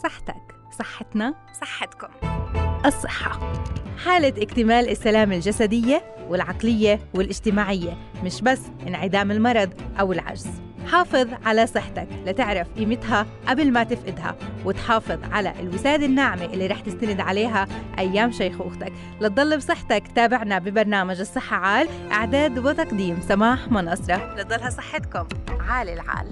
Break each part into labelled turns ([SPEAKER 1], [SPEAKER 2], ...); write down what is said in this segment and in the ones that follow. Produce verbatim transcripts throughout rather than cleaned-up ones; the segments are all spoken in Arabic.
[SPEAKER 1] صحتك صحتنا صحتكم. الصحة حالة اكتمال السلامة الجسدية والعقلية والاجتماعية، مش بس انعدام المرض أو العجز. حافظ على صحتك لتعرف قيمتها قبل ما تفقدها، وتحافظ على الوسادة الناعمة اللي رح تستند عليها أيام شيخوختك. لتضل بصحتك تابعنا ببرنامج الصحة عال، إعداد وتقديم سماح منصرة. لتضلها صحتكم عال العال.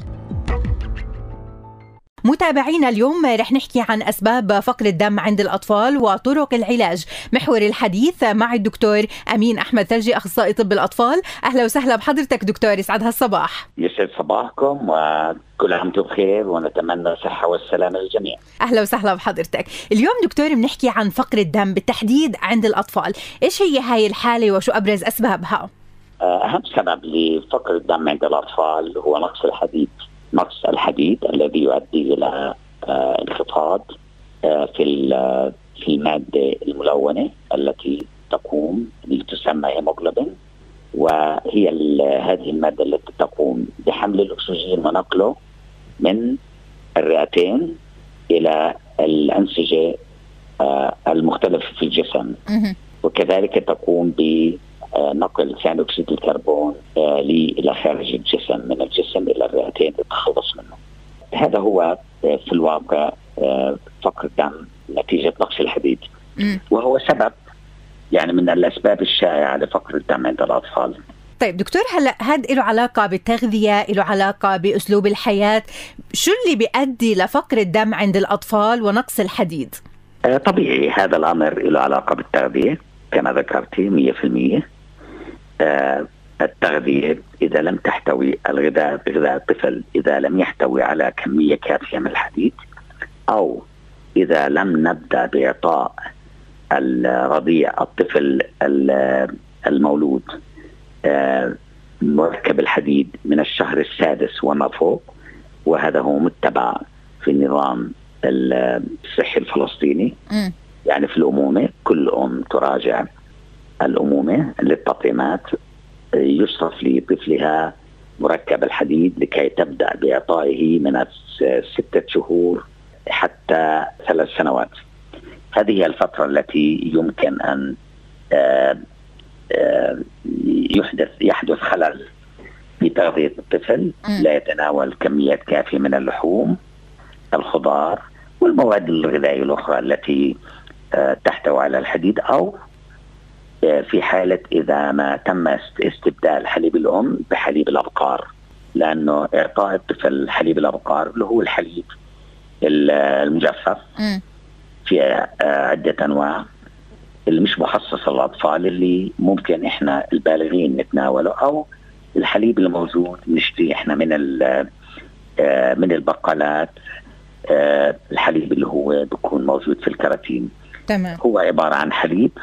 [SPEAKER 1] متابعينا، اليوم رح نحكي عن أسباب فقر الدم عند الأطفال وطرق العلاج. محور الحديث مع الدكتور أمين أحمد ثلجي، أخصائي طب الأطفال. أهلا وسهلا بحضرتك دكتور، يسعد هالصباح.
[SPEAKER 2] يسعد صباحكم وكل عام وانتم بخير، ونتمنى الصحة والسلامة للجميع.
[SPEAKER 1] أهلا وسهلا بحضرتك. اليوم دكتور بنحكي عن فقر الدم بالتحديد عند الأطفال. إيش هي هاي الحالة وشو أبرز أسبابها؟
[SPEAKER 2] أهم سبب لفقر الدم عند الأطفال هو نقص الحديد. نقص الحديد الذي يؤدي إلى آه انخفاض آه في في المادة الملونة التي تقوم تسمى هيموغلوبين، وهي هذه المادة التي تقوم بحمل الأكسجين ونقله من الرئتين إلى الأنسجة آه المختلفة في الجسم، وكذلك تقوم بنقل ثاني أكسيد الكربون آه إلى خارج الجسم، من الجسم إلى الرئتين للتخلص منه. هذا هو آه في الواقع آه فقر الدم نتيجة نقص الحديد، وهو سبب يعني من الأسباب الشائعة لفقر الدم عند الأطفال.
[SPEAKER 1] طيب دكتور، هلا هذا له علاقة بالتغذية، له علاقة بأسلوب الحياة، شو اللي بيؤدي لفقر الدم عند الأطفال ونقص الحديد؟
[SPEAKER 2] آه طبيعي هذا الأمر له علاقة بالتغذية كما ذكرتي مية في المية. آه التغذية إذا لم تحتوي الغذاء غذاء الطفل إذا لم يحتوي على كمية كافية من الحديد، أو إذا لم نبدأ بإعطاء الرضيع الطفل المولود آه مركب الحديد من الشهر السادس وما فوق، وهذا هو متبع في النظام الصحي الفلسطيني. م. يعني في الأمومة كل أم تراجع الأمومة للتطعيمات يصرف لطفلها مركب الحديد لكي تبدأ بإعطائه من ستة شهور حتى ثلاث سنوات. هذه هي الفترة التي يمكن أن يحدث يحدث خلل في تغذية الطفل، لا يتناول كميات كافية من اللحوم، الخضار والمواد الغذائية الأخرى التي تحتوي على الحديد، أو في حالة إذا ما تم استبدال حليب الأم بحليب الأبقار، لأنه إعطاء الطفل حليب الأبقار اللي هو الحليب المجفف في عدة أنواع اللي مش مخصص للأطفال، اللي ممكن إحنا البالغين نتناوله، أو الحليب الموجود نشتري إحنا من من البقالات، الحليب اللي هو بيكون موجود في الكراتين.
[SPEAKER 1] تمام.
[SPEAKER 2] هو عبارة عن حليب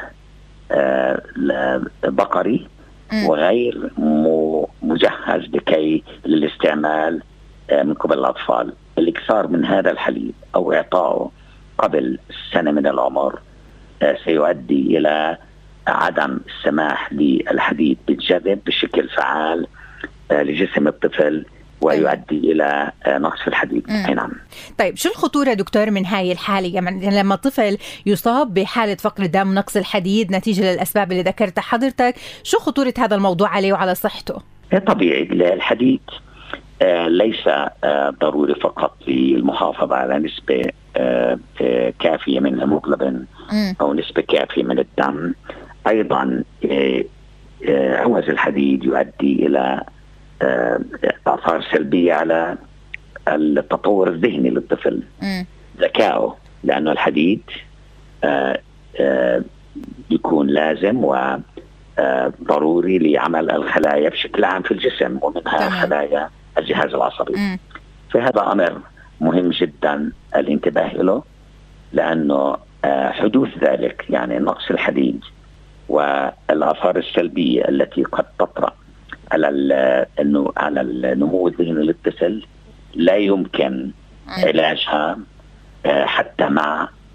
[SPEAKER 2] بقري وغير مجهز لكي للاستعمال من قبل الأطفال. الإكثار من هذا الحليب أو إعطائه قبل السنة من العمر سيؤدي إلى عدم السماح للحديد بالجذب بشكل فعال لجسم الطفل، ويؤدي إلى نقص الحديد. نعم.
[SPEAKER 1] طيب شو الخطورة دكتور من هاي الحالة؟ يعني لما طفل يصاب بحالة فقر دم نقص الحديد نتيجة للأسباب اللي ذكرتها حضرتك، شو خطورة هذا الموضوع عليه وعلى صحته؟
[SPEAKER 2] طبيعي الحديد آه ليس آه ضروري فقط للمحافظة على نسبة آه آه كافية من الهيموغلوبين أو نسبة كافية من الدم، أيضا آه آه عوز الحديد يؤدي إلى آه آثار سلبية على التطور الذهني للطفل، ذكائه، لأنه الحديد آه آه يكون لازم و ضروري لعمل الخلايا بشكل عام في الجسم، ومنها خلايا الجهاز العصبي. م. فهذا أمر مهم جدا الانتباه له، لأنه حدوث ذلك يعني نقص الحديد والآثار السلبية التي قد تطرأ على على النمو الذهني للطفل لا يمكن علاجها حتى مع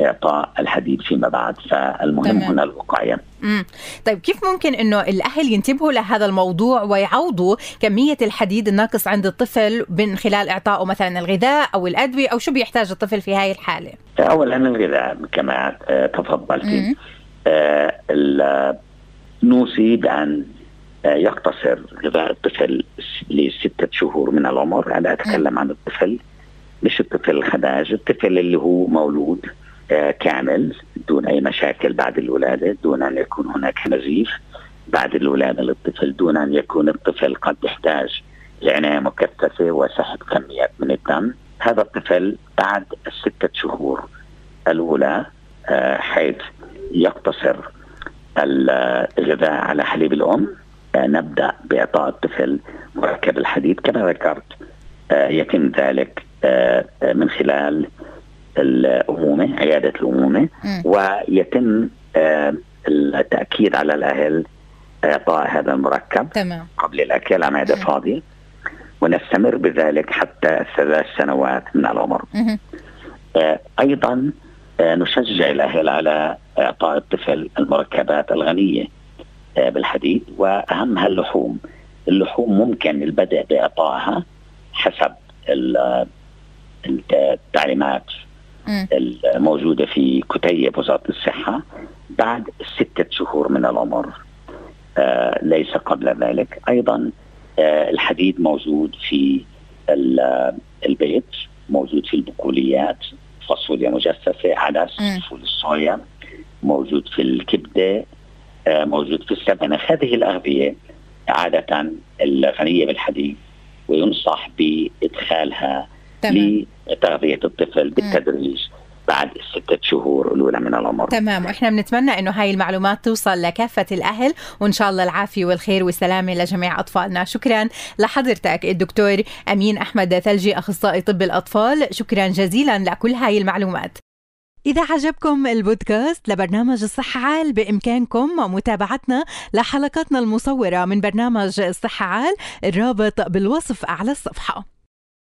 [SPEAKER 2] إعطاء الحديد فيما بعد، فالمهم تمام. هنا الوقاية.
[SPEAKER 1] مم. طيب كيف ممكن إنه الأهل ينتبهوا لهذا الموضوع ويعوضوا كمية الحديد الناقص عند الطفل من خلال إعطائه مثلا الغذاء أو الأدوية، أو شو بيحتاج الطفل في هاي الحالة؟
[SPEAKER 2] أولا الغذاء كما تفضلتي، آه نوصي بأن يقتصر غذاء الطفل لستة شهور من العمر. أنا أتكلم عن الطفل، مش الطفل الخداج، الطفل اللي هو مولود كامل دون أي مشاكل بعد الولادة، دون أن يكون هناك نزيف بعد الولادة للطفل، دون أن يكون الطفل قد يحتاج لعناية مكثفة وسحب كميات من الدم. هذا الطفل بعد الستة شهور الأولى حيث يقتصر الغذاء على حليب الأم، نبدأ بإعطاء الطفل مركب الحديد كما ذكرت. يتم ذلك من خلال الأمومة، عيادة الأمومة، ويتم التأكيد على الأهل إعطاء هذا المركب تمام. قبل الأكل على معدة فاضية، ونستمر بذلك حتى ثلاث سنوات من العمر. أيضا نشجع الأهل على إعطاء الطفل المركبات الغنية بالحديد، وأهمها اللحوم. اللحوم ممكن البدء بإعطائها حسب التعليمات الموجودة في كتيب وزارة الصحة بعد ستة شهور من العمر، آه ليس قبل ذلك. أيضا آه الحديد موجود في البيض، موجود في البقوليات، فاصوليا مجففة، عدس، فول الصويا، موجود في الكبدة، آه موجود في السبانخ. هذه الأغذية عادة الغنية بالحديد، وينصح بإدخالها لتغذية الطفل بالتدريج بعد الستة شهور الأولى من العمر.
[SPEAKER 1] تمام، وإحنا بنتمنى إنه هاي المعلومات توصل لكافة الأهل، وإن شاء الله العافية والخير والسلامة لجميع أطفالنا. شكرا لحضرتك الدكتور أمين أحمد ثلجي، أخصائي طب الأطفال، شكرا جزيلا لكل هاي المعلومات. إذا عجبكم البودكاست لبرنامج الصحة عال، بإمكانكم متابعتنا لحلقاتنا المصورة من برنامج الصحة عال، الرابط بالوصف أعلى الصفحة.